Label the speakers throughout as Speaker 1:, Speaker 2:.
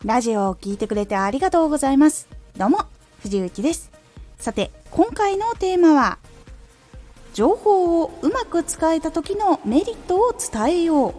Speaker 1: ラジオを聞いてくれてありがとうございます。どうも藤幸です。さて今回のテーマは、情報をうまく使えた時のメリットを伝えよう。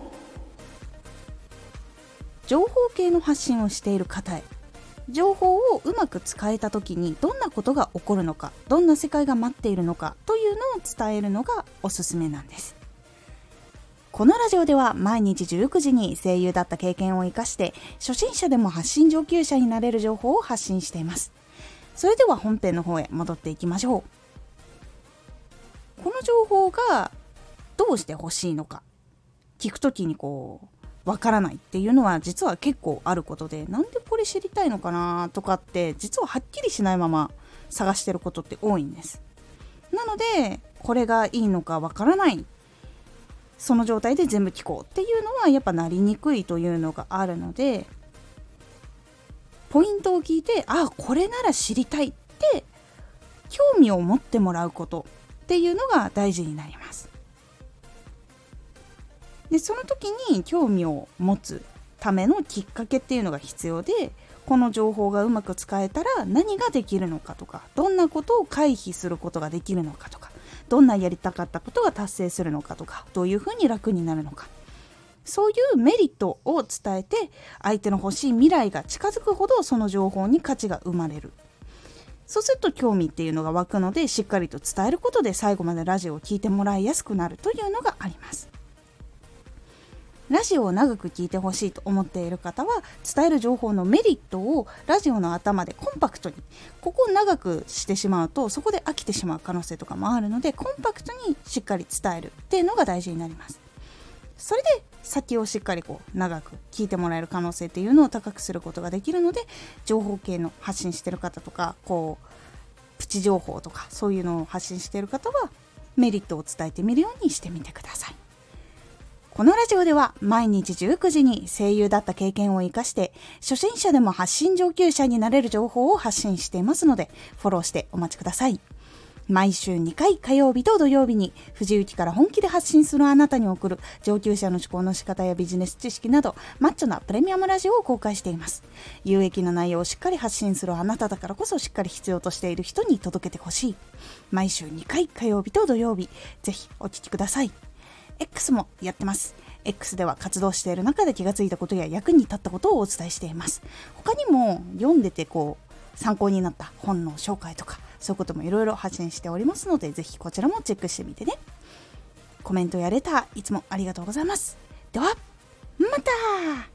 Speaker 1: 情報系の発信をしている方へ、情報をうまく使えた時にどんなことが起こるのか、どんな世界が待っているのかというのを伝えるのがおすすめなんです。このラジオでは毎日19時に声優だった経験を生かして初心者でも発信上級者になれる情報を発信しています。それでは本編の方へ戻っていきましょう。この情報がどうして欲しいのか、聞くときにわからないっていうのは実は結構あることで、なんでこれ知りたいのかなとかって実ははっきりしないまま探してることって多いんです。なのでこれがいいのかわからない、その状態で全部聞こうっていうのはやっぱなりにくいというのがあるので、ポイントを聞いて、これなら知りたいって興味を持ってもらうことっていうのが大事になります。でその時に興味を持つためのきっかけっていうのが必要で、この情報がうまく使えたら何ができるのかとか、どんなことを回避することができるのかとか、どんなやりたかったことが達成するのかとか、どういうふうに楽になるのか、そういうメリットを伝えて相手の欲しい未来が近づくほどその情報に価値が生まれる。そうすると興味っていうのが湧くので、しっかりと伝えることで最後までラジオを聞いてもらいやすくなるというのがあります。ラジオを長く聞いてほしいと思っている方は、伝える情報のメリットをラジオの頭でコンパクトに、ここを長くしてしまうとそこで飽きてしまう可能性とかもあるので、コンパクトにしっかり伝えるっていうのが大事になります。それで先をしっかり長く聞いてもらえる可能性っていうのを高くすることができるので、情報系の発信してる方とか、プチ情報とかそういうのを発信している方はメリットを伝えてみるようにしてみてください。このラジオでは毎日19時に声優だった経験を生かして初心者でも発信上級者になれる情報を発信していますので、フォローしてお待ちください。毎週2回、火曜日と土曜日に藤雪から本気で発信するあなたに送る上級者の思考の仕方やビジネス知識などマッチョなプレミアムラジオを公開しています。有益な内容をしっかり発信するあなただからこそ、しっかり必要としている人に届けてほしい。毎週2回、火曜日と土曜日、ぜひお聞きください。X もやってます。X では活動している中で気がついたことや役に立ったことをお伝えしています。他にも読んでて参考になった本の紹介とか、そういうこともいろいろ発信しておりますので、ぜひこちらもチェックしてみてね。コメントやレターいつもありがとうございます。ではまた。